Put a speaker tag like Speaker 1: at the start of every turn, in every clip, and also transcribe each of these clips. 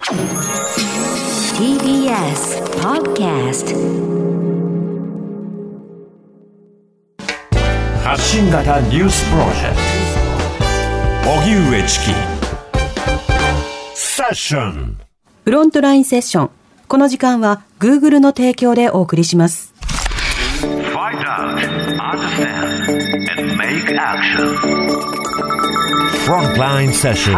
Speaker 1: TBS Podcast
Speaker 2: 発信型ニュースプロジェクト荻上チキセッション
Speaker 3: フロントラインセッション。この時間は Google の提供でお送りします。
Speaker 2: Find out, understand, and make action. Frontline Session.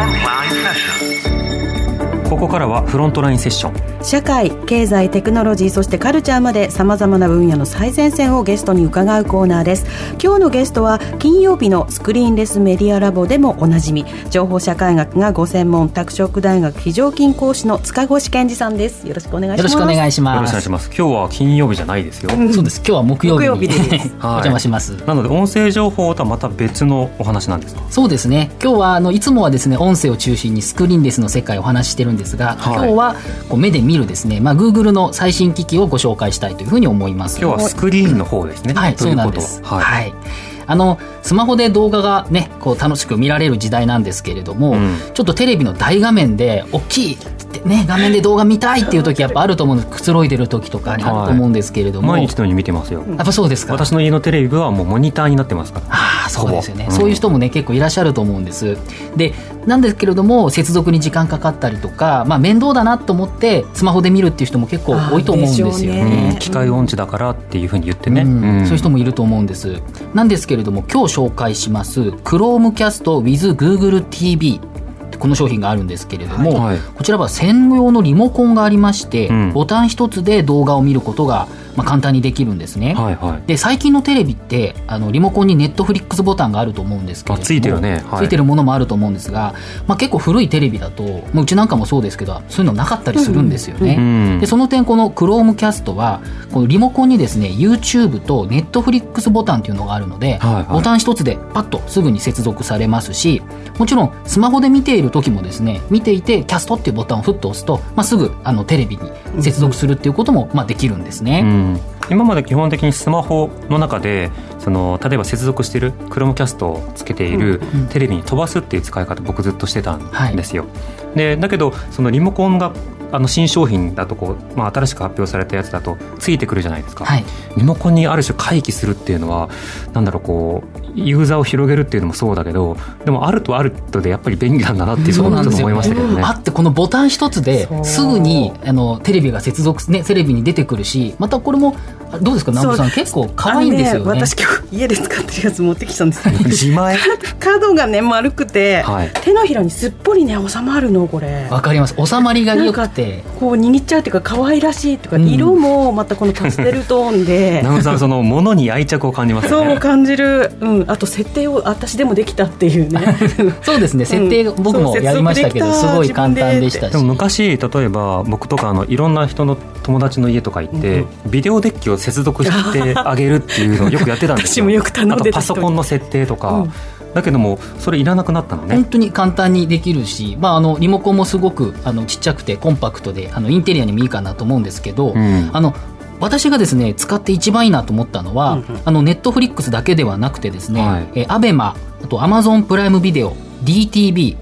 Speaker 4: ここからはフロントラインセッション。
Speaker 3: 社会、経済、テクノロジー、そしてカルチャーまで様々な分野の最前線をゲストに伺うコーナーです。今日のゲストは金曜日のスクリーンレスメディアラボでもおなじみ、情報社会学がご専門、拓殖大学非常勤講師の塚越健二さんです。よろしくお願いします。
Speaker 5: よろしくお願いします。
Speaker 4: よろしくお願いします。今日は金曜日じゃないですよ。
Speaker 5: そうです。今日は木曜日に
Speaker 3: です
Speaker 5: お邪魔します。
Speaker 4: なので音声情報とはまた別のお話なんですか？
Speaker 5: そうですね。今日はいつもはですね、音声を中心にスクリーンレスの世界をお話ししてるんですが、今日はこう目で見るですね、Google の最新機器をご紹介したいというふうに思います。
Speaker 4: 今日はスクリーンの方ですね。
Speaker 5: はい、そうなんです。はい。スマホで動画がね、こう楽しく見られる時代なんですけれども、ちょっとテレビの大画面で大きいね、画面で動画見たいっていう時やっぱあると思うんです。くつろいでる時とかにあると思うんですけれども、
Speaker 4: 毎日のように見てますよ。
Speaker 5: やっぱそうですか。
Speaker 4: 私の家のテレビはもうモニターになってますから。
Speaker 5: ああ、そうですよね。そういう人もね結構いらっしゃると思うんです。で、なんですけれども接続に時間かかったりとか、面倒だなと思ってスマホで見るっていう人も結構多いと思うんですよね。
Speaker 4: 機械音痴だからっていうふうに言ってね、
Speaker 5: そういう人もいると思うんです。なんですけれども今日紹介します Chromecast with Google TV、この商品があるんですけれども、こちらは専用のリモコンがありまして、ボタン一つで動画を見ることが簡単にできるんですね。で、最近のテレビってリモコンにネットフリックスボタンがあると思うんですけれども、
Speaker 4: ついてるね、
Speaker 5: ついてるものもあると思うんですが、結構古いテレビだとうちなんかもそうですけどそういうのなかったりするんですよね。で、その点この Chromecast はこのリモコンにですね YouTube とネットフリックスボタンっていうのがあるので、ボタン一つでパッとすぐに接続されますし、もちろんスマホで見ている時もですね、見ていてキャストっていうボタンをフッと押すと、すぐテレビに接続するっていうこともできるんですね。
Speaker 4: 今まで基本的にスマホの中で例えば接続しているChromecastをつけているテレビに飛ばすっていう使い方僕ずっとしてたんですよ。でだけどそのリモコンが新商品だと新しく発表されたやつだとついてくるじゃないですか。リモコンにある種回帰するっていうのはユーザーを広げるっていうのもそうだけど、でもあるとあるとでやっぱり便利なんだなっていうのを思いましたけどね。
Speaker 5: あってこのボタン一つですぐにテレビが接続ね、テレビに出てくるし、またこれもどうですか、南部さん、結構可愛いんですよね。
Speaker 3: 私今日家で使ってるやつ持ってきたんですけど
Speaker 4: 自前
Speaker 3: 角がね丸くて、手のひらにすっぽりね収まるの。これ
Speaker 5: わかります。収まりが良くて
Speaker 3: こう握っちゃうっていうか可愛らしいとか、色もまたこのパステルトーンで
Speaker 4: 南部さんその物に愛着を感じますよね。
Speaker 3: そう感じる。あと設定を私でもできたっていうね
Speaker 5: そうですね、設定僕もやりましたけど、すごい簡単でしたし。
Speaker 4: でも昔例えば僕とかいろんな人の友達の家とか行って、ビデオデッキを接続してあげるっていうのをよくやってたんですよ。
Speaker 3: 私もよく頼んでた。
Speaker 4: あとパソコンの設定とか、だけどもそれいらなくなったのね。
Speaker 5: 本当に簡単にできるし、リモコンもすごくちっちゃくてコンパクトでインテリアにもいいかなと思うんですけど、私がですね使って一番いいなと思ったのは、ネットフリックスだけではなくてですね、アベマ、あとアマゾンプライムビデオ、 DTV、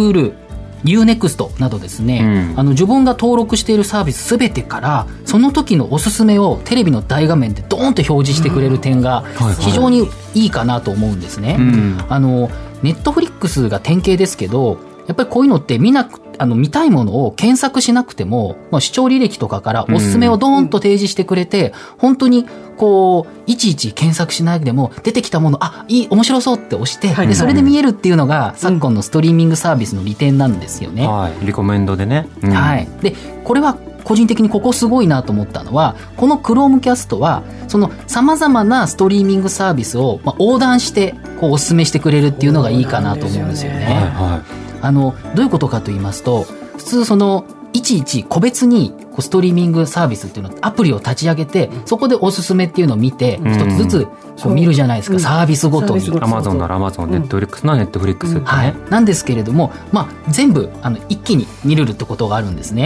Speaker 5: Hulu、Unext などですね、自分が登録しているサービスすべてからその時のおすすめをテレビの大画面でドーンと表示してくれる点が非常にいいかなと思うんですね。ネットフリックスが典型ですけど、やっぱりこういうのって見たいものを検索しなくても、視聴履歴とかからおすすめをドーンと提示してくれて、本当にいちいち検索しないでも出てきたもの、面白そうって押して、でそれで見えるっていうのが昨今のストリーミングサービスの利点なんですよね。
Speaker 4: リコメンドでね。
Speaker 5: でこれは個人的にここすごいなと思ったのは、この Chromecast はその様々なストリーミングサービスを横断しておすすめしてくれるっていうのがいいかなと思うんですよね。どういうことかと言いますと、普通いちいち個別にストリーミングサービスっていうのアプリを立ち上げて、そこでおすすめっていうのを見て一つずつ見るじゃないですか、サービスごとに。
Speaker 4: アマゾンならアマゾン、ネットフリックスならネットフリックスってね、
Speaker 5: なんですけれども、全部一気に見れるってことがあるんですね。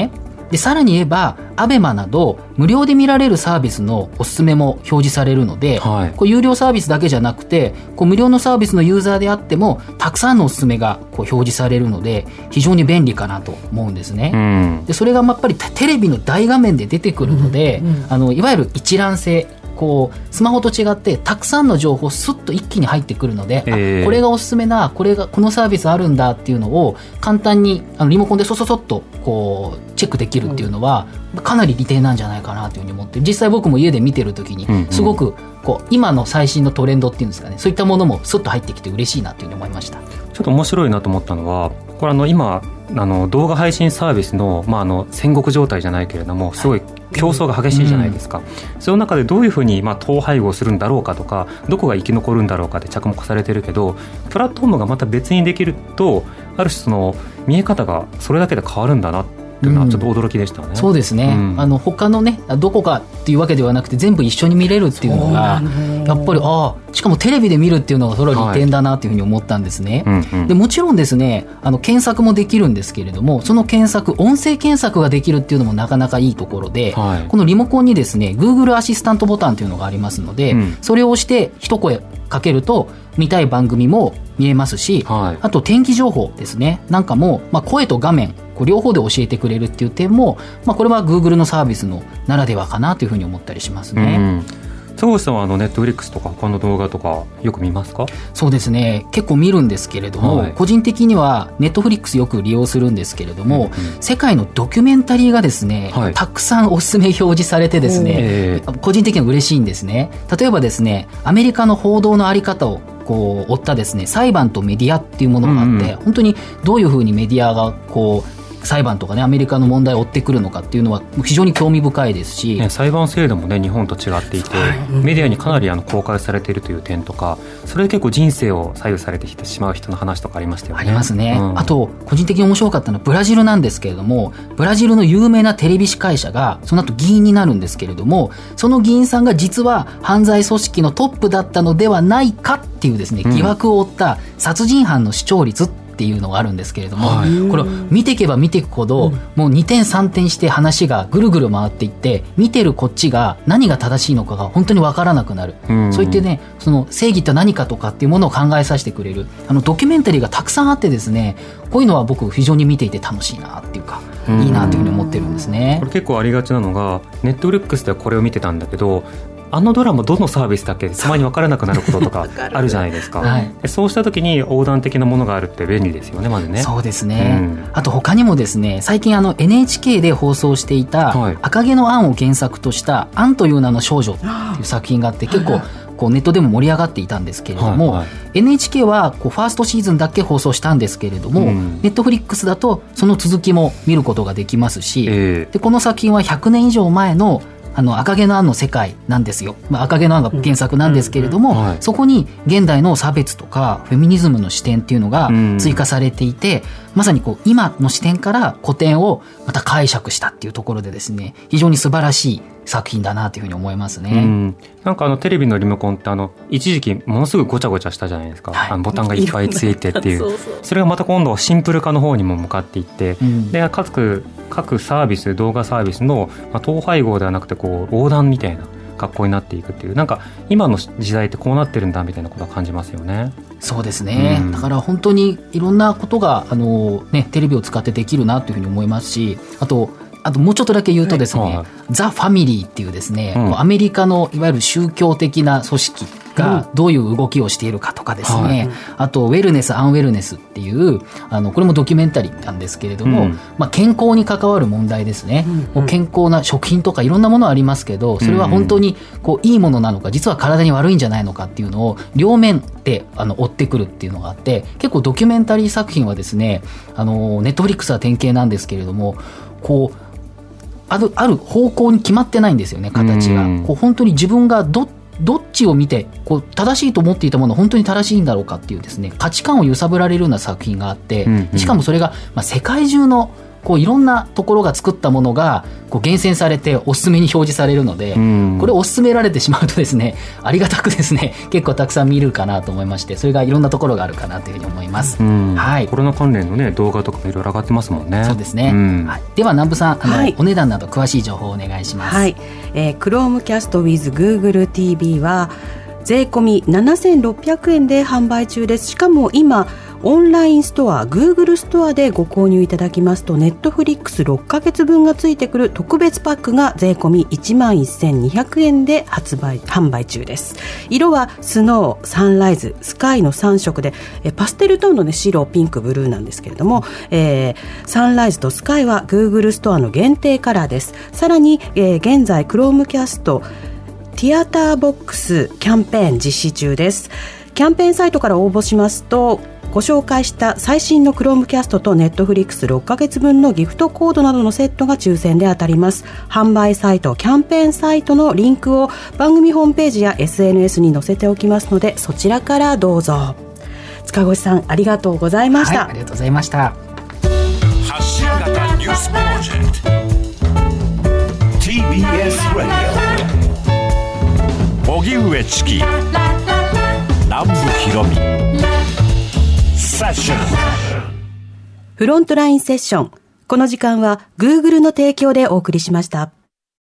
Speaker 5: でさらに言えばアベマなど無料で見られるサービスのおすすめも表示されるので、こう有料サービスだけじゃなくてこう無料のサービスのユーザーであってもたくさんのおすすめがこう表示されるので非常に便利かなと思うんですね。でそれがやっぱりテレビの大画面で出てくるので、いわゆる一覧性、こうスマホと違ってたくさんの情報スッと一気に入ってくるので、これがおすすめな、このサービスあるんだっていうのを簡単にリモコンでそっとこうチェックできるっていうのはかなり利点なんじゃないかなというふうに思って、実際僕も家で見てる時にすごくこう今の最新のトレンドっていうんですかね、そういったものもスッと入ってきて嬉しいなというふうに思いました。
Speaker 4: ちょっと面白いなと思ったのは、これ今動画配信サービスの、戦国状態じゃないけれどもすごい競争が激しいじゃないですか、その中でどういうふうに統廃合するんだろうかとか、どこが生き残るんだろうかって着目されてるけど、プラットフォームがまた別にできるとある種その見え方がそれだけで変わるんだなっていうのはちょっと驚きでしたね。
Speaker 5: そうですね、他のねどこかっていうわけではなくて全部一緒に見れるっていうのがやっぱりしかもテレビで見るっていうのがそれは利点だなというふうに思ったんですね、でもちろんですね検索もできるんですけれども、その検索音声検索ができるっていうのもなかなかいいところで、このリモコンにですね Google アシスタントボタンというのがありますので、それを押して一声かけると見たい番組も見えますし、あと天気情報ですねなんかも、声と画面両方で教えてくれるっていう点も、これは Google のサービスのならではかなというふうに思ったりしますね。
Speaker 4: 坂口さんはNetflix とか他の動画とかよく見ますか？
Speaker 5: そうですね、結構見るんですけれども、個人的にはNetflixよく利用するんですけれども、世界のドキュメンタリーがですね、たくさんおすすめ表示されてですね、個人的には嬉しいんですね。例えばですね、アメリカの報道のあり方をこう追ったですね裁判とメディアっていうものがあって、本当にどういうふうにメディアがこう裁判とかねアメリカの問題を追ってくるのかっていうのは非常に興味深いですし、
Speaker 4: 裁判制度もね日本と違っていて、メディアにかなり公開されているという点とか、それで結構人生を左右されてきてしまう人の話とかありましたよね。
Speaker 5: ありますね、あと個人的に面白かったのはブラジルなんですけれども、ブラジルの有名なテレビ司会者がその後議員になるんですけれども、その議員さんが実は犯罪組織のトップだったのではないかっていうですね疑惑を負った殺人犯の視聴率っていうのがあるんですけれども、これを見ていけば見ていくほど、もう2点3点して話がぐるぐる回っていって、見てるこっちが何が正しいのかが本当に分からなくなる、そういってねその正義って何かとかっていうものを考えさせてくれるドキュメンタリーがたくさんあってですね、こういうのは僕非常に見ていて楽しいなっていうか、いいなというふうに思ってるんですね。
Speaker 4: これ結構ありがちなのが、ネットフリックスではこれを見てたんだけどドラマどのサービスだっけたまに分からなくなることとかあるじゃないですか、そうした時に横断的なものがあるって便利ですよね。まずね。
Speaker 5: そうですね、あと他にもですね、最近NHK で放送していた赤毛のアンを原作としたアンという名の少女っていう作品があって、結構こうネットでも盛り上がっていたんですけれども、NHK はこうファーストシーズンだけ放送したんですけれども、ネットフリックスだとその続きも見ることができますし、でこの作品は100年以上前の赤毛のアンの世界なんですよ、赤毛のアンが原作なんですけれども、そこに現代の差別とかフェミニズムの視点っていうのが追加されていて、まさにこう今の視点から古典をまた解釈したっていうところでですね、非常に素晴らしい作品だなというふうに思いますね。
Speaker 4: なんかテレビのリモコンって一時期ものすごくごちゃごちゃしたじゃないですか、ボタンがいっぱいついてっていうそれがまた今度はシンプル化の方にも向かっていって、で各サービス動画サービスの統廃合ではなくてこう横断みたいな格好になっていくっていう、なんか今の時代ってこうなってるんだみたいなことは感じますよね。
Speaker 5: そうですね、だから本当にいろんなことがテレビを使ってできるなというふうに思いますし、あともうちょっとだけ言うとですね、ザ・ファミリーっていうですね、アメリカのいわゆる宗教的な組織がどういう動きをしているかとかですね、あとウェルネス・アンウェルネスっていうこれもドキュメンタリーなんですけれども、健康に関わる問題ですね、健康な食品とかいろんなものありますけど、それは本当にこういいものなのか実は体に悪いんじゃないのかっていうのを両面で追ってくるっていうのがあって、結構ドキュメンタリー作品はですねネットフリックスは典型なんですけれども、こうある方向に決まってないんですよね、形が。こう本当に自分がどっちを見てこう正しいと思っていたものは本当に正しいんだろうかっていうですね、価値観を揺さぶられるような作品があって、しかもそれが世界中のこういろんなところが作ったものがこう厳選されておすすめに表示されるので、これをおすすめられてしまうとですね、ありがたくですね結構たくさん見るかなと思いまして、それがいろんなところがあるかなというふうに思います。
Speaker 4: はい、コロナ関連の、ね、動画とかもいろいろ上がってますもんね。
Speaker 5: そうですね、はい、では南部さん、お値段など詳しい情報をお願いします。
Speaker 3: はい、Chromecast with Google TV は税込み7600円で販売中です。しかも今オンラインストア Google ストアでご購入いただきますと Netflix6 ヶ月分がついてくる特別パックが税込み 11,200 円で販売中です。色はスノー、サンライズ、スカイの3色でパステルトーンの、ね、白、ピンク、ブルーなんですけれども、サンライズとスカイは Google ストアの限定カラーです。さらに、現在 Chromecastティアターボックスキャンペーン実施中です。キャンペーンサイトから応募しますとご紹介した最新の Chromecast と Netflix6 ヶ月分のギフトコードなどのセットが抽選で当たります。販売サイト、キャンペーンサイトのリンクを番組ホームページや SNS に載せておきますので、そちらからどうぞ。塚越さん、ありがとうございました。
Speaker 5: ありがとうございました。
Speaker 2: 発信型ニュースプロジェクト TBS ラジオ荻上チキ南部ひろみセッション
Speaker 3: フロントラインセッション。この時間は Google の提供でお送りしました。